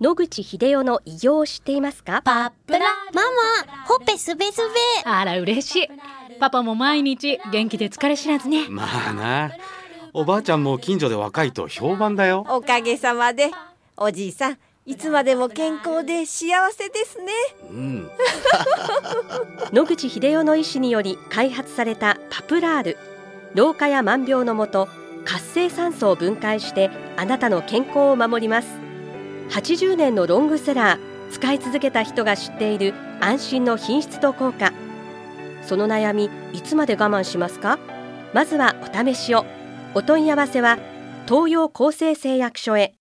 野口英世の偉業を知っていますか？ パプラママ、ほっぺすべすべ。 あら嬉しい。パパも毎日元気で疲れ知らずね。 まあな、おばあちゃんも近所で若いと評判だよ。 おかげさまで。おじいさん、いつまでも健康で幸せですね。 野口英世の医師により開発されたパプラール。老化や万病のもと、活性酸素を分解してあなたの健康を守ります。80年のロングセラー、使い続けた人が知っている安心の品質と効果。その悩み、いつまで我慢しますか？まずはお試しを。お問い合わせは東洋厚生製薬所へ。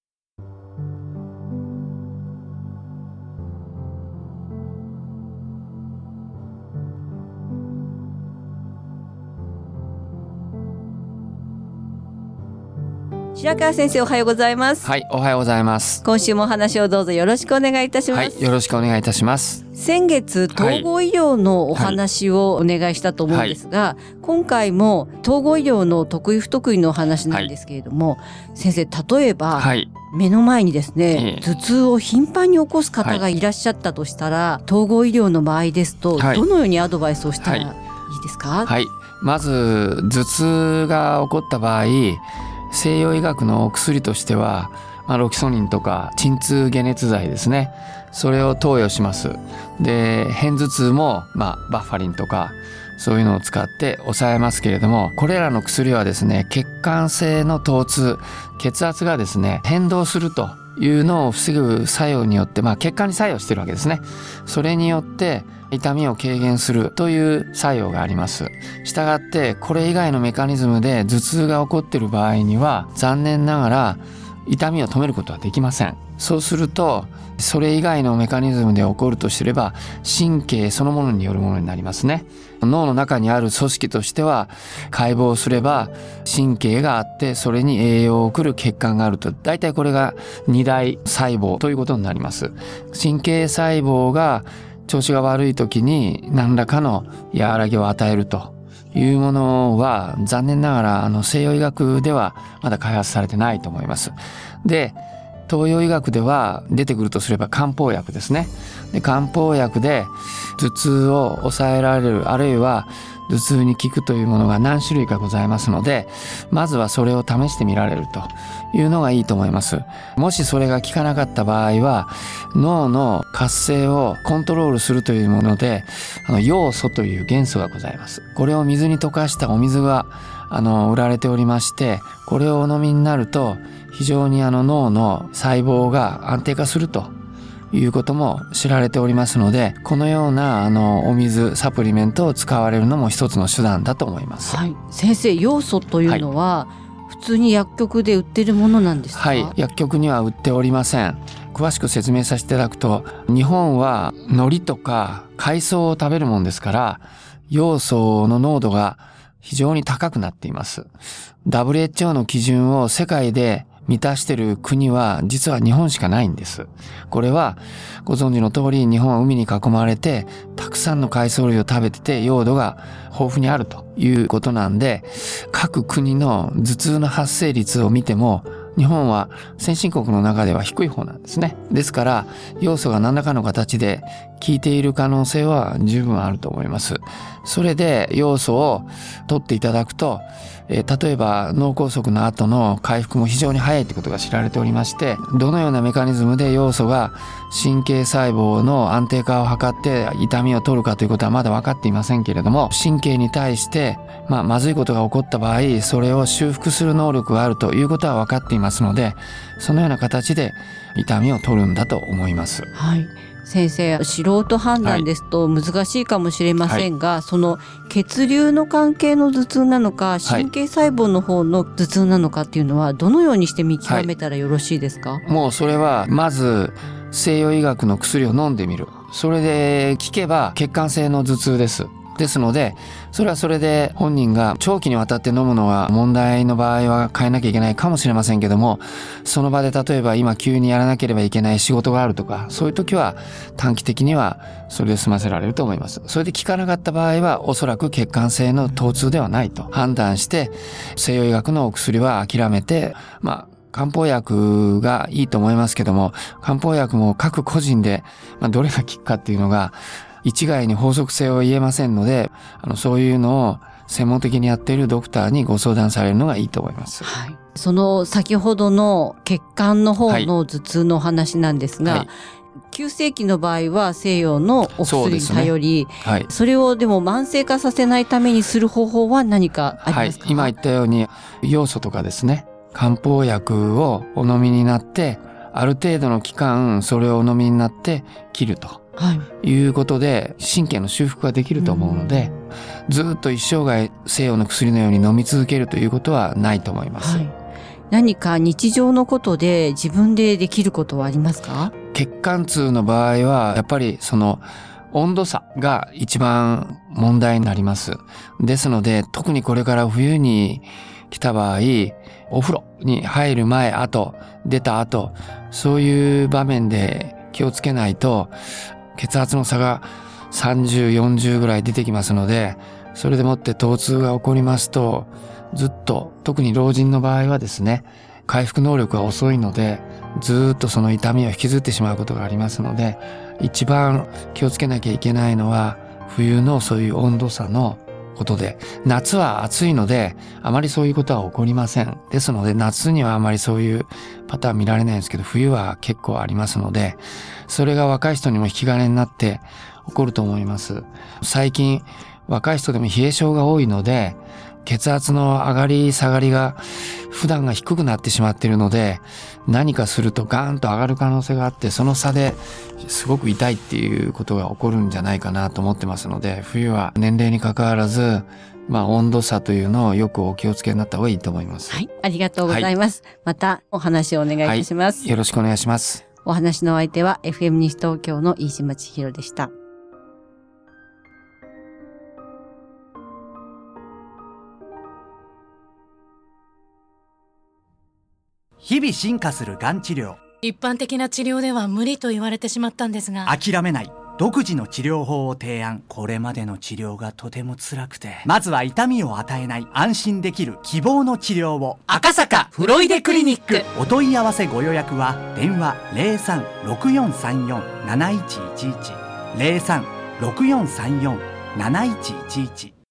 白川先生、おはようございます。 はい、おはようございます。 今週もお話をどうぞよろしくお願いいたします。 はい、よろしくお願いいたします。 先月統合医療のお話をお願いしたと思うんですが、今回も統合医療の得意不得意のお話なんですけれども、先生、例えば、目の前にですね、頭痛を頻繁に起こす方がいらっしゃったとしたら、統合医療の場合ですと、どのようにアドバイスをしたらいいですか？ まず頭痛が起こった場合、西洋医学の薬としては、ロキソニンとか鎮痛解熱剤ですね、それを投与します。で、片頭痛も、バッファリンとかそういうのを使って抑えますけれども、これらの薬はですね、血管性の疼痛、血圧がですね変動するというのを防ぐ作用によって、血管に作用しているわけですね。それによって痛みを軽減するという作用があります。したがってこれ以外のメカニズムで頭痛が起こっている場合には、残念ながら痛みを止めることはできません。そうすると、それ以外のメカニズムで起こるとすれば、神経そのものによるものになりますね。脳の中にある組織としては、解剖すれば神経があって、それに栄養を送る血管があると、だいたいこれが二大細胞ということになります。神経細胞が調子が悪い時に何らかの和らぎを与えるというものは、残念ながら西洋医学ではまだ開発されてないと思います。で、東洋医学では出てくるとすれば漢方薬ですね。で、漢方薬で頭痛を抑えられる、あるいは頭痛に効くというものが何種類かございますので、まずはそれを試してみられるというのがいいと思います。もしそれが効かなかった場合は、脳の活性をコントロールするというもので、ヨウ素という元素がございます。これを水に溶かしたお水が売られておりまして、これをお飲みになると非常に脳の細胞が安定化するということも知られておりますので、このようなお水サプリメントを使われるのも一つの手段だと思います。 先生、ヨウ素というのは、普通に薬局で売っているものなんですか？ 薬局には売っておりません。詳しく説明させていただくと、日本は海苔とか海藻を食べるもんですから、ヨウ素の濃度が非常に高くなっています。WHO の基準を世界で満たしている国は実は日本しかないんです。これはご存知の通り、日本は海に囲まれてたくさんの海藻類を食べてて、用土が豊富にあるということなんで、各国の頭痛の発生率を見ても日本は先進国の中では低い方なんですね。ですから要素が何らかの形で効いている可能性は十分あると思います。それで要素を取っていただくと、例えば脳梗塞の後の回復も非常に早いということが知られておりまして、どのようなメカニズムで要素が神経細胞の安定化を図って痛みを取るかということはまだ分かっていませんけれども、神経に対してまずいことが起こった場合、それを修復する能力があるということは分かっていますので、そのような形で痛みを取るんだと思います。 先生、素人判断ですと難しいかもしれませんが、その血流の関係の頭痛なのか、神経細胞の方の頭痛なのかっていうのはどのようにして見極めたらよろしいですか？ もうそれはまず西洋医学の薬を飲んでみる。それで効けば血管性の頭痛です。ですので、それはそれで本人が長期にわたって飲むのが問題の場合は変えなきゃいけないかもしれませんけども、その場で例えば今急にやらなければいけない仕事があるとか、そういう時は短期的にはそれで済ませられると思います。それで効かなかった場合はおそらく血管性の疼痛ではないと判断して、西洋医学のお薬は諦めて、 漢方薬がいいと思いますけども、漢方薬も各個人で、どれが効くかっていうのが一概に法則性を言えませんので、そういうのを専門的にやっているドクターにご相談されるのがいいと思います。 はい、その先ほどの血管の方の頭痛の話なんですが、はい、急性期の場合は西洋のお薬に頼り、はい、それをでも慢性化させないためにする方法は何かありますか？ はい、今言ったように要素とかですね、漢方薬をお飲みになってある程度の期間それをお飲みになって切ると、いうことで神経の修復ができると思うので、ずっと一生涯西洋の薬のように飲み続けるということはないと思います。はい、 何か日常のことで自分でできることはありますか？ 血管痛の場合はやっぱりその温度差が一番問題になります。ですので特にこれから冬に来た場合、お風呂に入る前、後、出た後、そういう場面で気をつけないと血圧の差が30、40ぐらい出てきますので、それでもって疼痛が起こりますと、ずっと特に老人の場合はですね、回復能力が遅いのでずっとその痛みを引きずってしまうことがありますので、一番気をつけなきゃいけないのは冬のそういう温度差のことで、夏は暑いのであまりそういうことは起こりません。ですので夏にはあまりそういうパターン見られないんですけど、冬は結構ありますので、それが若い人にも引き金になって起こると思います。最近若い人でも冷え性が多いので、血圧の上がり下がりが普段が低くなってしまっているので、何かするとガーンと上がる可能性があって、その差ですごく痛いっていうことが起こるんじゃないかなと思ってますので、冬は年齢に関わらず、温度差というのをよくお気をつけになった方がいいと思います。 はい、ありがとうございます。はい、またお話をお願いいたします。 はい、よろしくお願いします。 お話の相手は FM 西東京の飯島千尋でした。 日々進化するがん治療。 一般的な治療では無理と言われてしまったんですが、 諦めない。独自の治療法を提案。これまでの治療がとても辛くて、まずは痛みを与えない、安心できる希望の治療を。 赤坂フロイデクリニック。 お問い合わせご予約は電話 03-6434-7111 03-6434-7111